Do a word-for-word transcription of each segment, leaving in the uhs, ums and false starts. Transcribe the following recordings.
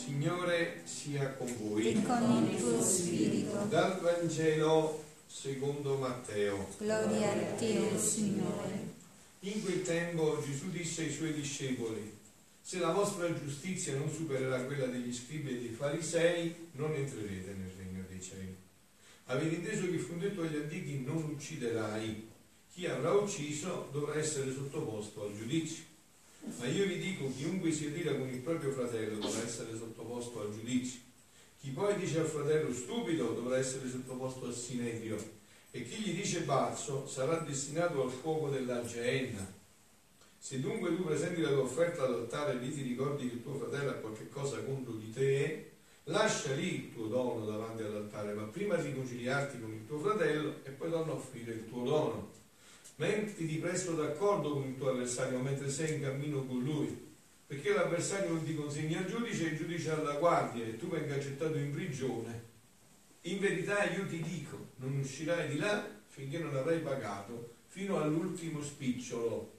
Signore sia con voi. E con il tuo spirito. Dal Vangelo secondo Matteo. Gloria a te, Signore. In quel tempo Gesù disse ai suoi discepoli: se la vostra giustizia non supererà quella degli scribi e dei farisei, non entrerete nel regno dei cieli. Avete inteso che fu detto agli antichi: non ucciderai. Chi avrà ucciso dovrà essere sottoposto al giudizio. Ma io vi dico: chiunque si adira con il proprio fratello dovrà essere sottoposto al giudizio. Chi poi dice al fratello stupido dovrà essere sottoposto al sinedrio, e chi gli dice pazzo sarà destinato al fuoco della Geenna. Se dunque tu presenti la tua offerta all'altare e lì ti ricordi che tuo fratello ha qualche cosa contro di te, lascia lì il tuo dono davanti all'altare, ma prima riconciliarti con il tuo fratello e poi torna a offrire il tuo dono. Mettiti presto d'accordo con il tuo avversario mentre sei in cammino con lui, perché l'avversario non ti consegna al giudice e il giudice alla guardia e tu venga gettato in prigione. In verità io ti dico, non uscirai di là finché non avrai pagato fino all'ultimo spicciolo.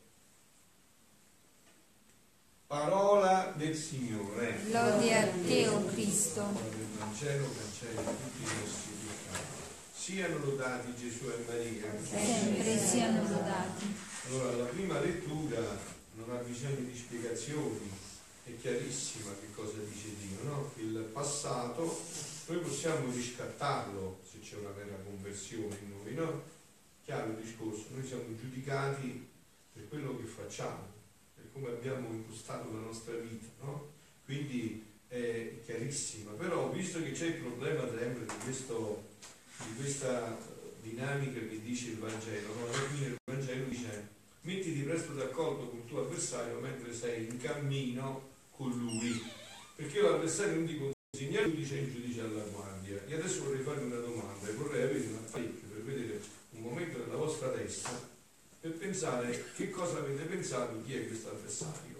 Parola del Signore. Gloria a te, o Cristo. Il Vangelo cancella tutti i nostri peccati. Siano lodati Gesù e Maria. Sempre siano lodati. Allora, la prima lettura non ha bisogno di spiegazioni, è chiarissima che cosa dice Dio, no? Il passato noi possiamo riscattarlo se c'è una vera conversione in noi, no? Chiaro il discorso, noi siamo giudicati per quello che facciamo, per come abbiamo impostato la nostra vita, no? Quindi è chiarissima, però visto che c'è il problema sempre di, questo, di questa dinamica che dice il Vangelo, no? Alla fine il Vangelo dice: mettiti presto d'accordo con il tuo avversario mentre sei in cammino con lui, perché l'avversario non ti consegna il giudice e il giudice alla guardia. E adesso vorrei fare una domanda e vorrei avere un apparecchio per vedere un momento nella vostra testa per pensare che cosa avete pensato, chi è questo avversario.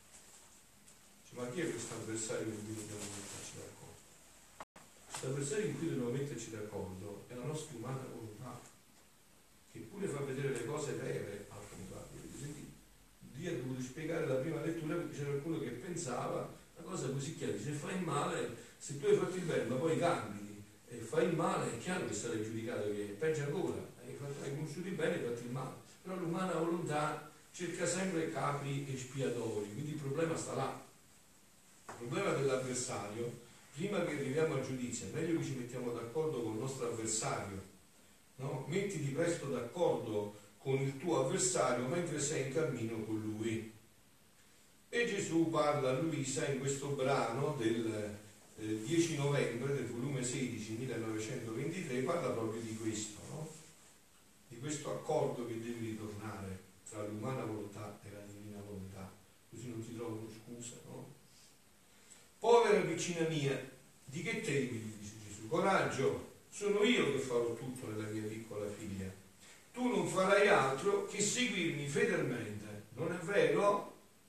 Cioè, ma chi è questo avversario con cui dobbiamo metterci d'accordo? Questo avversario in cui dobbiamo metterci d'accordo è la nostra umana volontà, che pure fa vedere le cose vere al contrario. Senti, Dio ha dovuto spiegare la prima lettura perché c'era qualcuno che pensava una cosa così chiara: se fai il male, se tu hai fatto il bene ma poi cambi e fai il male, è chiaro che sarai giudicato, che è peggio ancora, hai, fatto, hai conosciuto il bene e hai fatto il male. Però l'umana volontà cerca sempre capri espiatori, quindi il problema sta là. Il problema dell'avversario, prima che arriviamo al giudizio, è meglio che ci mettiamo d'accordo con il nostro avversario, no? Mettiti presto d'accordo con il tuo avversario mentre sei in cammino con lui. E Gesù parla a Luisa in questo brano del eh, dieci novembre del volume sedici millenovecentoventitré, parla proprio di questo, no? Di questo accordo che deve ritornare tra l'umana volontà e la divina volontà, così non si trovano scuse, no? Povera piccina mia, di che temi, gli dice Gesù, coraggio, sono io che farò tutto nella mia piccola figlia. Tu non farai altro che seguirmi fedelmente, non è vero?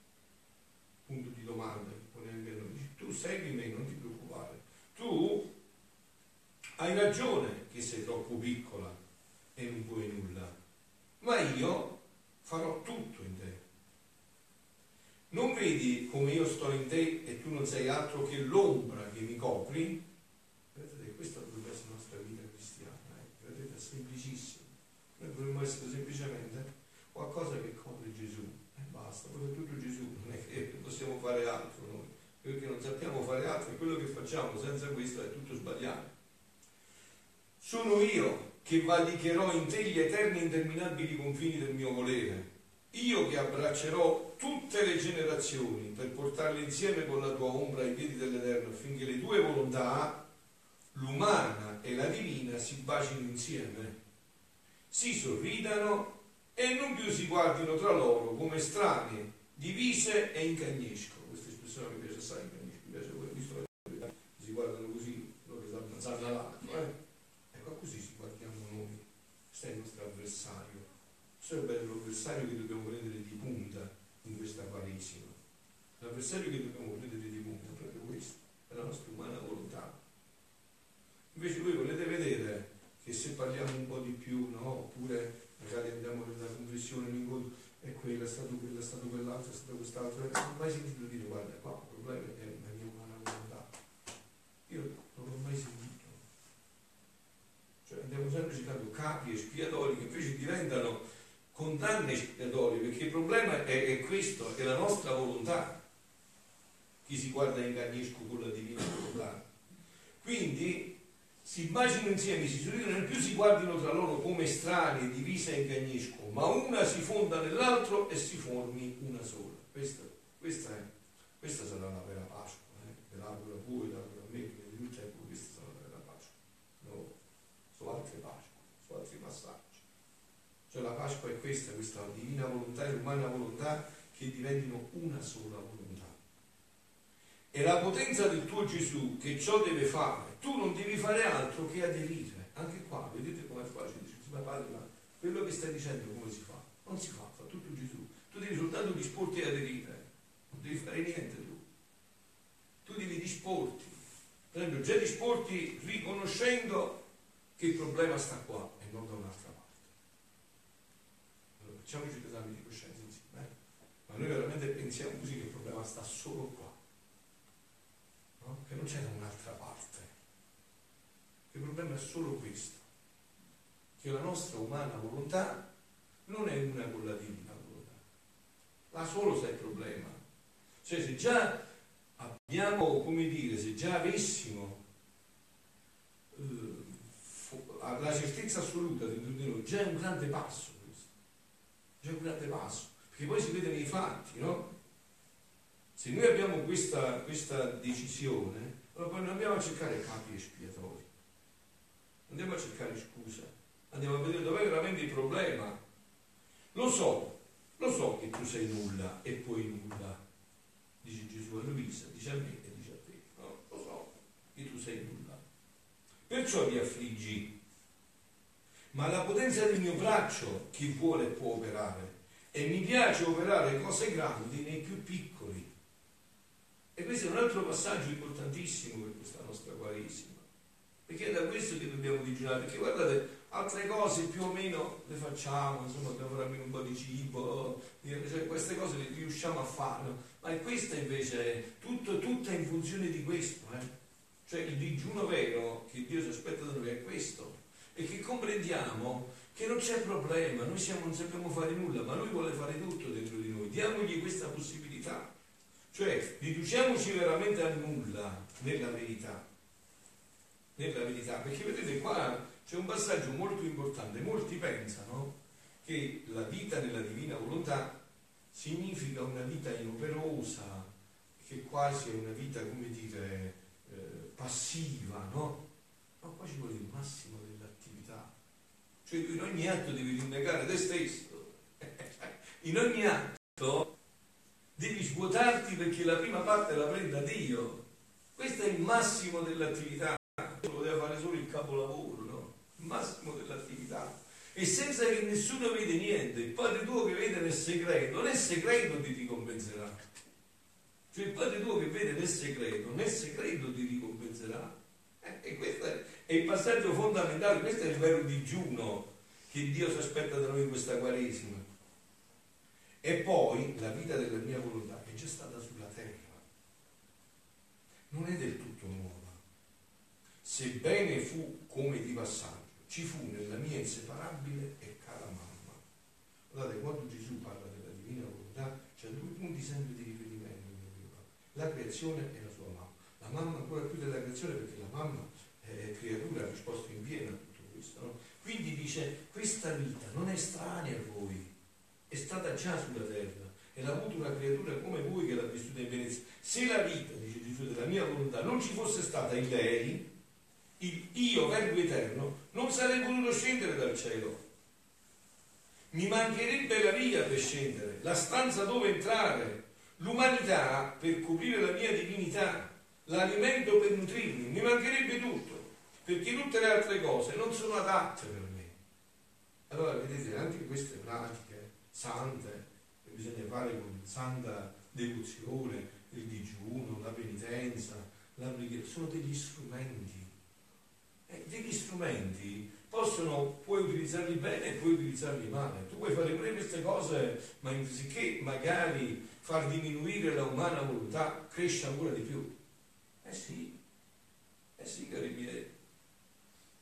Punto di domanda che pone anche noi. Dice: tu segui me, non ti preoccupare. Tu hai ragione che sei troppo piccola e non puoi nulla, ma io farò tutto in te. Non vedi come io sto in te e tu non sei altro che l'ombra che mi copri? Vedete, questa dovrebbe essere la nostra vita cristiana, eh? Vedete, è semplicissimo. Noi dovremmo essere semplicemente qualcosa che copre Gesù e basta, poi è tutto Gesù, non è che possiamo fare altro noi, perché non sappiamo fare altro e quello che facciamo senza questo è tutto sbagliato. Sono io che valicherò in te gli eterni e interminabili confini del mio volere, io che abbraccerò tutte le generazioni per portarle insieme con la tua ombra ai piedi dell'Eterno, affinché le tue volontà, l'umana e la divina, si bacino insieme, si sorridano e non più si guardino tra loro come estranei, divise e in cagnesco. Questa espressione mi piace assai, in cagnesco, mi piace quello, visto che si guardano così, loro che stanno alzando l'altro, eh? Ecco, così si guardiamo noi, questo è il nostro avversario. Questo è l'avversario che dobbiamo prendere di punta in questa Quaresima. L'avversario che dobbiamo prendere di punta è proprio questo, è la nostra umana volontà. Invece voi volete vedere che se parliamo un po' di più, no? Oppure magari andiamo nella confessione, l'incontro, è quella, è stato quello, è stato quell'altro, è stato quest'altro, non ho mai sentito dire: guarda, qua il problema è la mia umana volontà. capi espiatori che invece diventano condanne espiatorie, perché il problema è, è questo, è la nostra volontà. Chi si guarda in cagnesco con la divina volontà. Quindi si immaginano insieme, si sorridono, non più si guardino tra loro come strani, divise in cagnesco, ma una si fonda nell'altro e si formi una sola. Questa, questa, è, questa sarà la vera Pasqua, eh? Che l'augura a voi, l'augura a me, che di tutti, ecco, questa sarà la vera Pasqua. No, sono altre Pasqua, sono altri passaggi. Cioè la Pasqua è questa, questa divina volontà e l'umana volontà che diventino una sola volontà. E la potenza del tuo Gesù che ciò deve fare, tu non devi fare altro che aderire. Anche qua, vedete com'è facile, dice, ma padre, ma quello che stai dicendo come si fa? Non si fa, fa tutto Gesù. Tu devi soltanto disporti ad aderire, non devi fare niente tu. Tu devi disporti, per esempio già disporti riconoscendo che il problema sta qua e non da un'altra parte. Allora facciamoci l'esame di coscienza insieme, eh? Ma noi veramente pensiamo così che il problema sta solo qua. No? Che non c'è da un'altra parte. Il problema è solo questo, che la nostra umana volontà non è una con la divina volontà. Là solo c'è il problema. Cioè se già abbiamo, come dire, se già avessimo eh, la certezza assoluta dentro di noi, già è un grande passo questo. Già è un grande passo. Perché poi si vede nei fatti, no? Se noi abbiamo questa, questa decisione, allora poi non andiamo a cercare capi espiatori, andiamo a cercare scusa, andiamo a vedere dov'è veramente il problema. Lo so, lo so che tu sei nulla e poi nulla, dice Gesù a Luisa, dice a me e dice a te, no? Lo so che tu sei nulla, perciò ti affliggi, ma la potenza del mio braccio chi vuole può operare e mi piace operare cose grandi nei più piccoli. E questo è un altro passaggio importantissimo per questa nostra Quaresima, perché è da questo che dobbiamo digiunare, perché guardate, altre cose più o meno le facciamo, insomma dobbiamo fare un po' di cibo, cioè, queste cose le riusciamo a fare, no? Ma è questa invece è tutto, tutta in funzione di questo, eh? Cioè il digiuno vero che Dio si aspetta da noi è questo, e che comprendiamo che non c'è problema, noi siamo, non sappiamo fare nulla, ma Lui vuole fare tutto dentro di noi, diamogli questa possibilità. Cioè, riduciamoci veramente a nulla nella verità, nella verità, perché vedete qua c'è un passaggio molto importante. Molti pensano che la vita nella divina volontà significa una vita inoperosa, che quasi è una vita, come dire, eh, passiva, no? Ma qua ci vuole il massimo dell'attività, cioè in ogni atto devi rinnegare te stesso, in ogni atto devi svuotarti perché la prima parte la prenda Dio. Questo è il massimo dell'attività. Lo poteva fare solo il capolavoro, no? Il massimo dell'attività. E senza che nessuno vede niente. Il Padre tuo che vede nel segreto, nel segreto ti ricompenserà. Cioè il Padre tuo che vede nel segreto, nel segreto ti ricompenserà. Eh, e questo è, è il passaggio fondamentale. Questo è il vero digiuno che Dio si aspetta da noi in questa Quaresima. E poi la vita della mia volontà è già stata sulla terra, non è del tutto nuova, sebbene fu come di passaggio, ci fu nella mia inseparabile e cara mamma. Guardate, quando Gesù parla della divina volontà c'è due punti sempre di riferimento, la creazione e la sua mamma. La mamma ancora più della creazione, perché la mamma è creatura, ha risposto in pieno a tutto questo, no? Quindi dice, questa vita non è estranea a voi, è stata già sulla terra e l'ha avuto una creatura come voi che l'ha vissuta in Venezia. Se la vita, dice Gesù, della mia volontà non ci fosse stata in lei, il io, verbo eterno, non sarei potuto scendere dal cielo. Mi mancherebbe la via per scendere, la stanza dove entrare, l'umanità per coprire la mia divinità, l'alimento per nutrirmi, mi mancherebbe tutto, perché tutte le altre cose non sono adatte per me. Allora vedete, anche queste pratiche sante che bisogna fare con santa devozione, il digiuno, la penitenza, la preghiera, sono degli strumenti. E degli strumenti possono, puoi utilizzarli bene e puoi utilizzarli male. Tu puoi fare pure queste cose, ma anziché magari far diminuire la umana volontà, cresce ancora di più. Eh sì, eh sì, cari miei.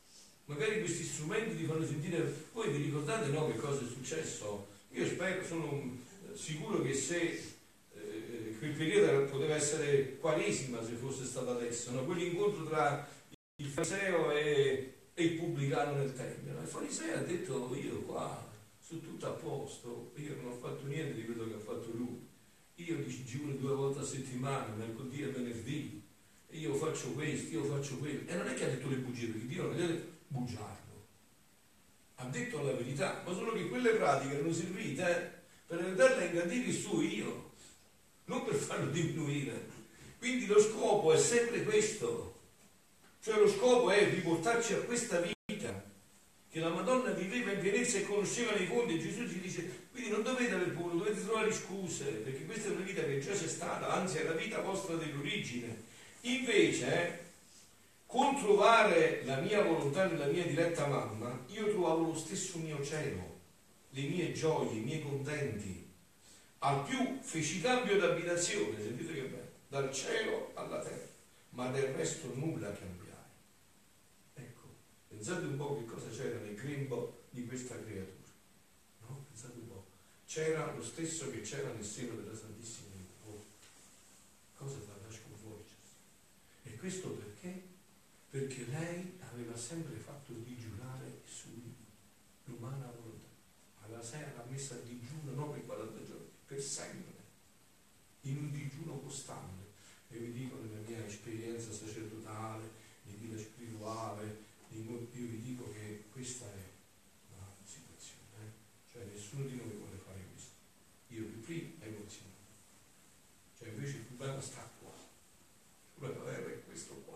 Magari questi strumenti ti fanno sentire, voi vi ricordate no, che cosa è successo? Io spero, sono sicuro che se eh, quel periodo poteva essere Quaresima se fosse stato adesso, no? Quell'incontro tra il fariseo e, e il pubblicano nel tempio. Il fariseo ha detto io qua sono tutto a posto, io non ho fatto niente di quello che ha fatto lui, io digiuno due volte a settimana, mercoledì e venerdì, io faccio questo, io faccio quello. E non è che ha detto le bugie, perché Dio non gli ha detto bugiardo, ha detto la verità, ma solo che quelle pratiche erano servite eh, per aiutarla a ingrandire il suo io, non per farlo diminuire. Quindi lo scopo è sempre questo, cioè lo scopo è riportarci a questa vita che la Madonna viveva in pienezza e conosceva nei fondi, e Gesù ci dice quindi non dovete aver paura, dovete trovare scuse, perché questa è una vita che già c'è stata, anzi è la vita vostra dell'origine. Invece eh, col trovare la mia volontà nella mia diretta mamma, io trovavo lo stesso mio cielo, le mie gioie, i miei contenti. Al più feci cambio d'abitazione, sentite che bello, dal cielo alla terra, ma del resto nulla cambiai. Ecco, pensate un po' che cosa c'era nel grembo di questa creatura, no? Pensate un po', c'era lo stesso che c'era nel seno della Santissima Trinità. Oh, cosa fa da sconvolgersi? E questo perché? Perché lei aveva sempre fatto digiunare su l'umana volontà. Alla sera l'ha messa a digiuno non per quaranta giorni, per sempre, in un digiuno costante. E vi dico nella mia esperienza sacerdotale, di vita spirituale, io vi dico che questa è la situazione, eh? Cioè nessuno di noi vuole fare questo. Io più prima emozionato. Cioè invece il problema sta qua. Il problema vero è questo qua.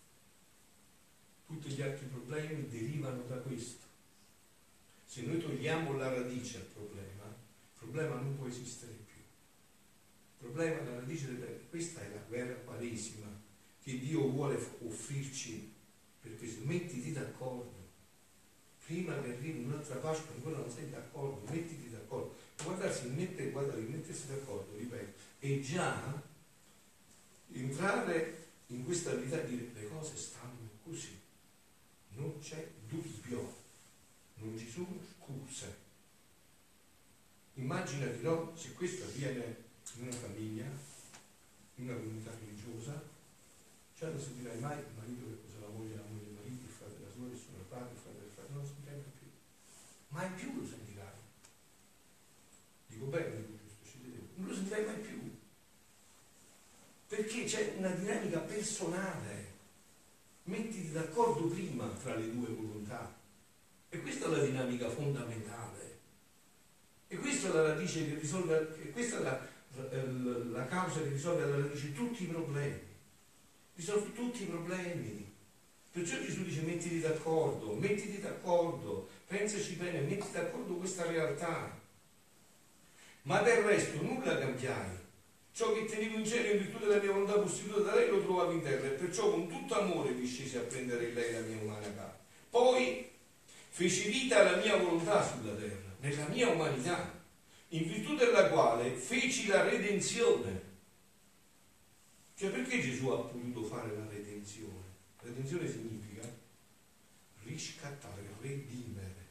Tutti gli altri problemi derivano da questo. Se noi togliamo la radice al problema, il problema non può esistere più. Il problema è la radice della... Questa è la guerra quaresima che Dio vuole offrirci, per questo. Mettiti d'accordo. Prima che arrivi un'altra Pasqua, ancora non sei d'accordo, mettiti d'accordo. Guardarsi, mettere, guardare, mettersi d'accordo, ripeto, e già entrare in questa verità e dire le cose stanno così. Non c'è dubbio, non ci sono scuse. Immaginati, no? Se questo avviene in una famiglia, in una comunità religiosa, cioè non sentirai mai il marito che sposa la moglie, la moglie del marito, il fratello della sorella, il suo fratello, il fratello del fratello, non lo sentirai mai più. Mai più lo sentirai. Dico bene, dico giusto, ci vedevo. Non lo sentirai mai più. Perché c'è una dinamica personale. Mettiti d'accordo prima tra le due volontà. E questa è la dinamica fondamentale. E questa è la radice che risolve, e questa è la, la, la causa che risolve alla radice tutti i problemi. Risolve tutti i problemi. Perciò Gesù dice mettiti d'accordo, mettiti d'accordo, pensaci bene, mettiti d'accordo questa realtà. Ma del resto nulla cambiai. Ciò che tenevo in cielo in virtù della mia volontà costituita da lei lo trovavo in terra, e perciò con tutto amore vi scesi a prendere in lei la mia umana carne. Poi feci vita alla mia volontà sulla terra, nella mia umanità, in virtù della quale feci la redenzione. Cioè, perché Gesù ha potuto fare la redenzione? Redenzione significa riscattare, redimere,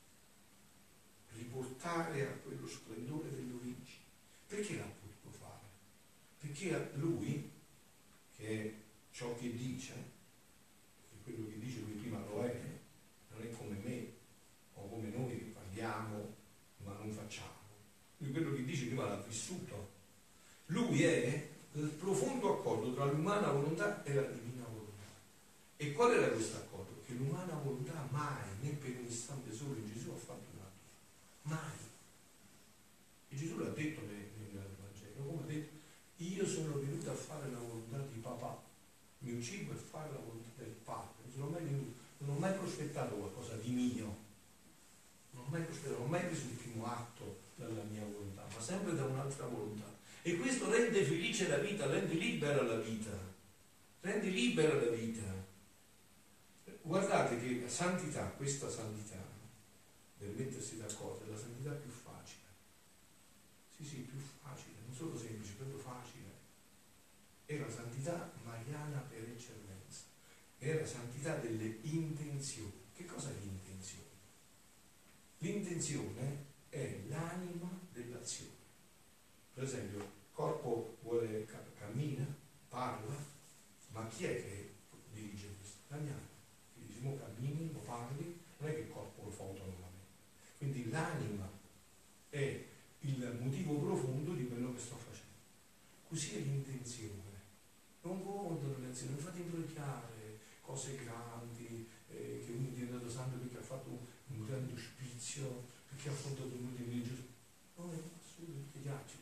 riportare a quello splendore dell'origine. Perché l'ha potuto fare? Perché lui, che è ciò che dice, che quello che dice lui prima lo è, non è come me o come noi che parliamo ma non facciamo. Lui quello che dice prima l'ha vissuto. Lui è il profondo accordo tra l'umana volontà e la divina volontà. E qual era questo accordo? Che l'umana volontà mai, né per un istante solo in Gesù ha fatto un atto. Mai. E Gesù l'ha detto nel, nel Vangelo, come ha detto, io sono venuto a fare la volontà di papà, il mio cibo è fare la volontà del Padre. Non sono mai venuto, non ho mai prospettato qualcosa di mio, non ho mai prospettato, non ho mai preso il primo atto dalla mia volontà, ma sempre da un'altra volontà. E questo rende felice la vita, rende libera la vita, rende libera la vita. Guardate che la santità, questa santità, del mettersi d'accordo, è la santità più facile. Sì, sì, più facile, non solo semplice, proprio facile. È la santità mariana per eccellenza, è la santità delle intenzioni. Che Che cosa è l'intenzione? L'intenzione è l'anima dell'azione. Per esempio, il corpo vuole cammina, parla, ma chi è che dirige questo? L'anima. Che dice, mo cammini, mo parli, non è che il corpo lo fa autonomamente. Quindi l'anima è il motivo profondo di quello che sto facendo. Così è l'intenzione. Non contano le azioni, non fate imbrogliare cose grandi, eh, che uno è diventato santo perché ha fatto un, un grande ospizio, perché ha affrontato un modo religioso. Non è assolutamente ghiaccio.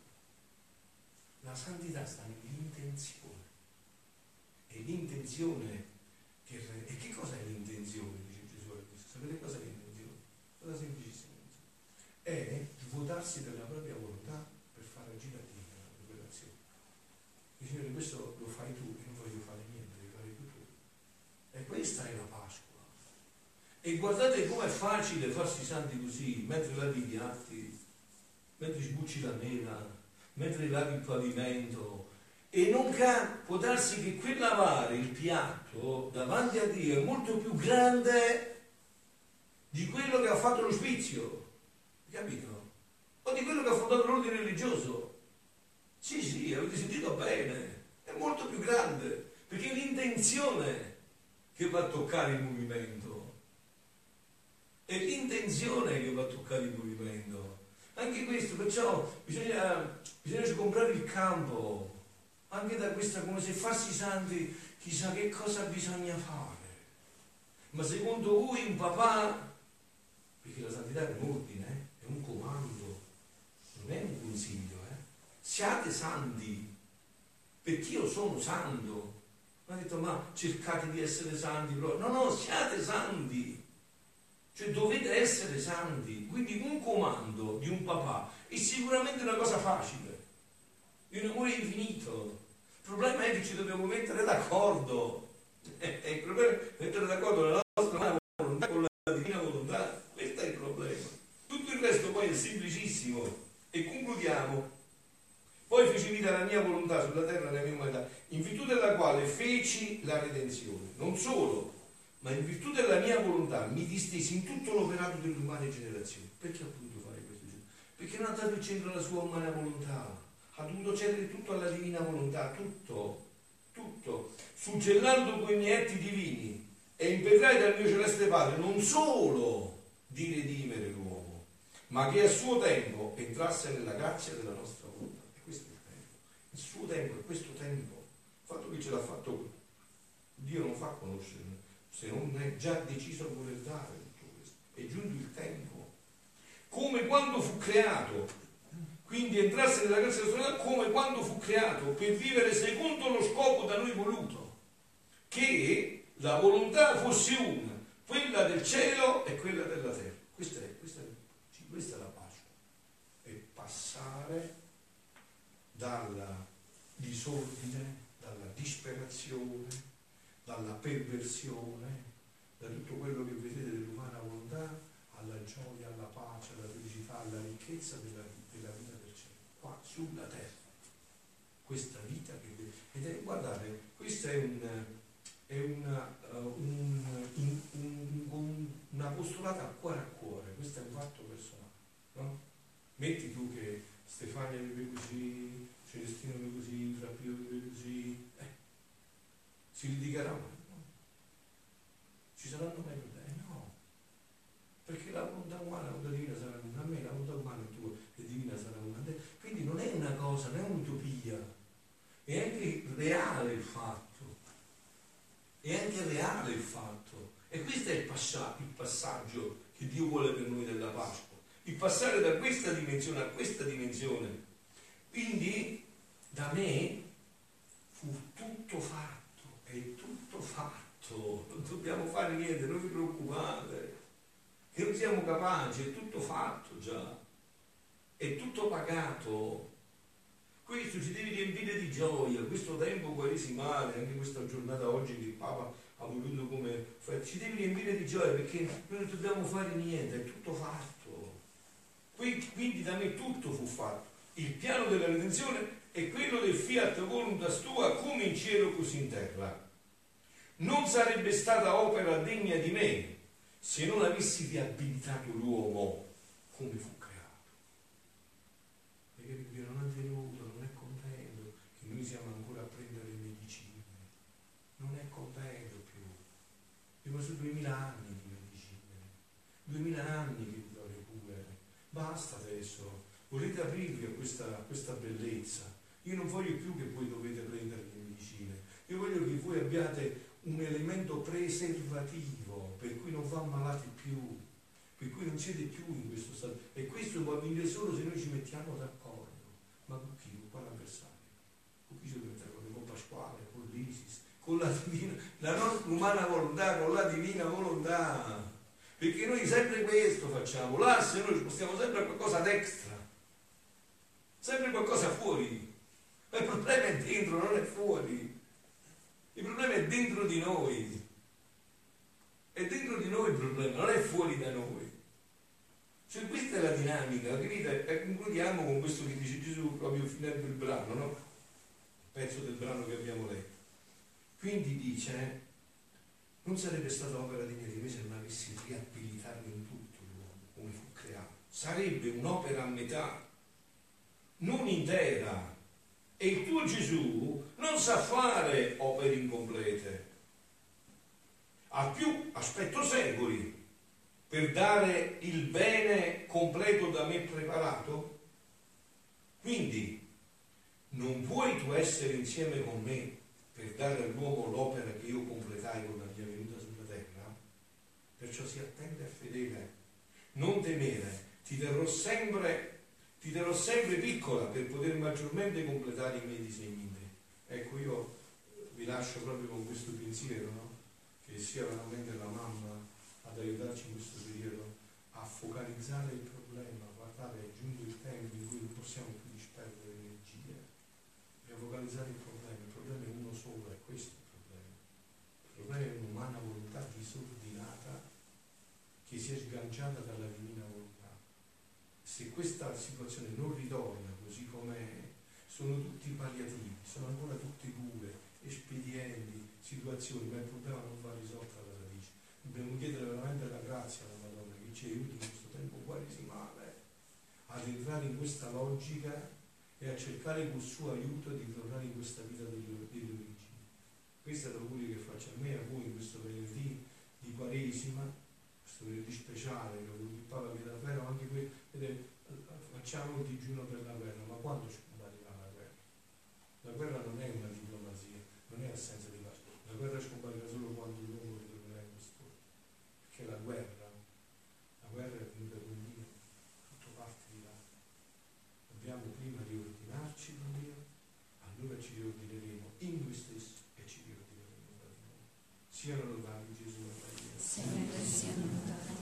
La santità sta nell'intenzione. E l'intenzione che... E che cosa è l'intenzione? Dice Gesù a Cristo. Sapete cosa è l'intenzione? Cosa semplicissima. È svuotarsi della propria volontà per far agire a Dio nella propria azione. Dice, Signore, questo lo fai tu e non voglio fare niente, devi fare tu tu. E questa è la Pasqua. E guardate com'è facile farsi santi così, mentre lavi i piatti, mentre sbucci la mela, mentre lavi il pavimento. E non ca- può darsi che quel lavare il piatto davanti a Dio è molto più grande di quello che ha fatto l'ospizio. Capito? O di quello che ha fondato l'ordine religioso. Sì, sì, avete sentito bene, è molto più grande, perché è l'intenzione che va a toccare il movimento. È l'intenzione che va a toccare il movimento. Anche questo, perciò bisogna, bisogna comprare il campo, anche da questa, come se farsi santi, chissà che cosa bisogna fare. Ma secondo voi un papà, perché la santità è un ordine, eh? È un comando, non è un consiglio, eh? Siate santi, perché io sono santo. Mi ha detto, ma cercate di essere santi, no, no, siate santi, cioè dovete essere santi. Quindi un comando di un papà è sicuramente una cosa facile, è un amore infinito. Il problema è che ci dobbiamo mettere d'accordo, eh, il problema è mettere d'accordo la nostra volontà con la divina volontà, questo è il problema. Tutto il resto poi è semplicissimo. E concludiamo. Poi feci vita la mia volontà sulla terra nella mia umanità, in virtù della quale feci la redenzione. Non solo, ma in virtù della mia volontà mi distesi in tutto l'operato delle umane generazioni. Perché ha potuto fare questo? Perché non ha dato il centro alla sua umana volontà, ha dovuto cedere tutto alla divina volontà, tutto, tutto, suggellando quei miei atti divini e impedrai dal mio celeste Padre non solo di redimere l'uomo, ma che a suo tempo entrasse nella grazia della nostra volontà. E questo è il tempo, il suo tempo è questo tempo. Il fatto che ce l'ha fatto Dio non fa conoscere, se non è già deciso a voler dare tutto questo. È giunto il tempo, come quando fu creato, quindi entrasse nella grazia della nostra volontà come quando fu creato, per vivere secondo lo scopo da noi voluto, che la volontà fosse una, quella del cielo e quella della terra. Questa è, questa è, questa è la Pasqua, è passare dal disordine, dalla disperazione, dalla perversione, da tutto quello che vedete dell'umana volontà, alla gioia, alla pace, alla felicità, alla ricchezza della, della vita del cielo, qua sulla terra. Questa vita che ed è, guardate, questa è un è una, uh, un, in, un, un, un apostolato a cuore a cuore, questo è un fatto personale, no? Metti tu che Stefania vive così, Celestino vive così, Frappio vive così, eh, si litigheranno, no? Ci saranno mai problemi? No, perché la volontà umana, la volontà divina sarà una a me, la volontà umana è tua e divina sarà una a te. Quindi non è una cosa, non è un'utopia, è anche reale il fatto. È anche reale il fatto. E questo è il, passa- il passaggio che Dio vuole per noi della Pasqua. Il passare da questa dimensione a questa dimensione. Quindi da me fu tutto fatto, è tutto fatto. Non dobbiamo fare niente, non vi preoccupate. Che non siamo capaci, è tutto fatto già. È tutto pagato. Questo ci deve riempire di gioia, questo tempo quaresimale, anche questa giornata oggi che il Papa ha voluto come ci deve riempire di gioia, perché noi non dobbiamo fare niente, è tutto fatto. Quindi da me tutto fu fatto. Il piano della redenzione è quello del fiat voluntas tua, come in cielo così in terra. Non sarebbe stata opera degna di me se non avessi riabilitato l'uomo come fu creato. Perché Dio non è venuto, non è contento che noi siamo ancora a prendere le medicine, non è contento più. Abbiamo su duemila anni di medicine, duemila anni che vi do le cure, basta adesso, volete aprirvi a questa, a questa bellezza. Io non voglio più che voi dovete prendere le medicine, io voglio che voi abbiate un elemento preservativo per cui non va ammalati più, per cui non siete più in questo stato, e questo può avvenire solo se noi ci mettiamo d'accordo. Ma con chi? Con quale avversario? Con chi ci deve mettere? Con Pasquale, con l'Isis, con la divina, la nostra umana volontà, con la divina volontà, perché noi sempre questo facciamo, l'asse noi spostiamo sempre a qualcosa d'extra, sempre qualcosa fuori, ma il problema è dentro, non è fuori. Il problema è dentro di noi, è dentro di noi il problema, non è fuori da noi. Cioè questa è la dinamica, capite? E concludiamo con questo che dice Gesù proprio finendo il brano, no? Il pezzo del brano che abbiamo letto. Quindi dice, non sarebbe stata opera degna di me se non avessi riabilitato in tutto l'uomo, come fu creato. Sarebbe un'opera a metà, non intera. E il tuo Gesù non sa fare opere incomplete, ha più aspetto secoli per dare il bene completo da me preparato. Quindi non puoi tu essere insieme con me per dare all'uomo l'opera che io completai con la mia venuta sulla terra. Perciò sii attento e fedele, non temere, ti terrò sempre ti terrò sempre piccola per poter maggiormente completare i miei disegni in te. Ecco, io vi lascio proprio con questo pensiero, no? Che sia veramente la mamma ad aiutarci in questo periodo a focalizzare il problema. Guardate, è giunto il tempo in cui non possiamo più disperdere energie, dobbiamo focalizzare il problema. Il problema è uno solo, è questo il problema. Il problema è un'umana volontà disordinata che si è sganciata dalla divina volontà. Se questa situazione non ritorna così com'è, sono tutti palliativi, sono ancora tutte cure, espedienti, situazioni, ma il problema non va risolto alla radice. Dobbiamo chiedere veramente la grazia alla Madonna che ci aiuti in questo tempo quaresimale ad entrare in questa logica e a cercare col suo aiuto di tornare in questa vita delle, delle origini. Questo è l'augurio che faccio a me e a voi in questo venerdì di Quaresima, questo venerdì speciale che ho voluto il Papa, che davvero anche qui, vedete, facciamo il digiuno per la guerra, ma quando ci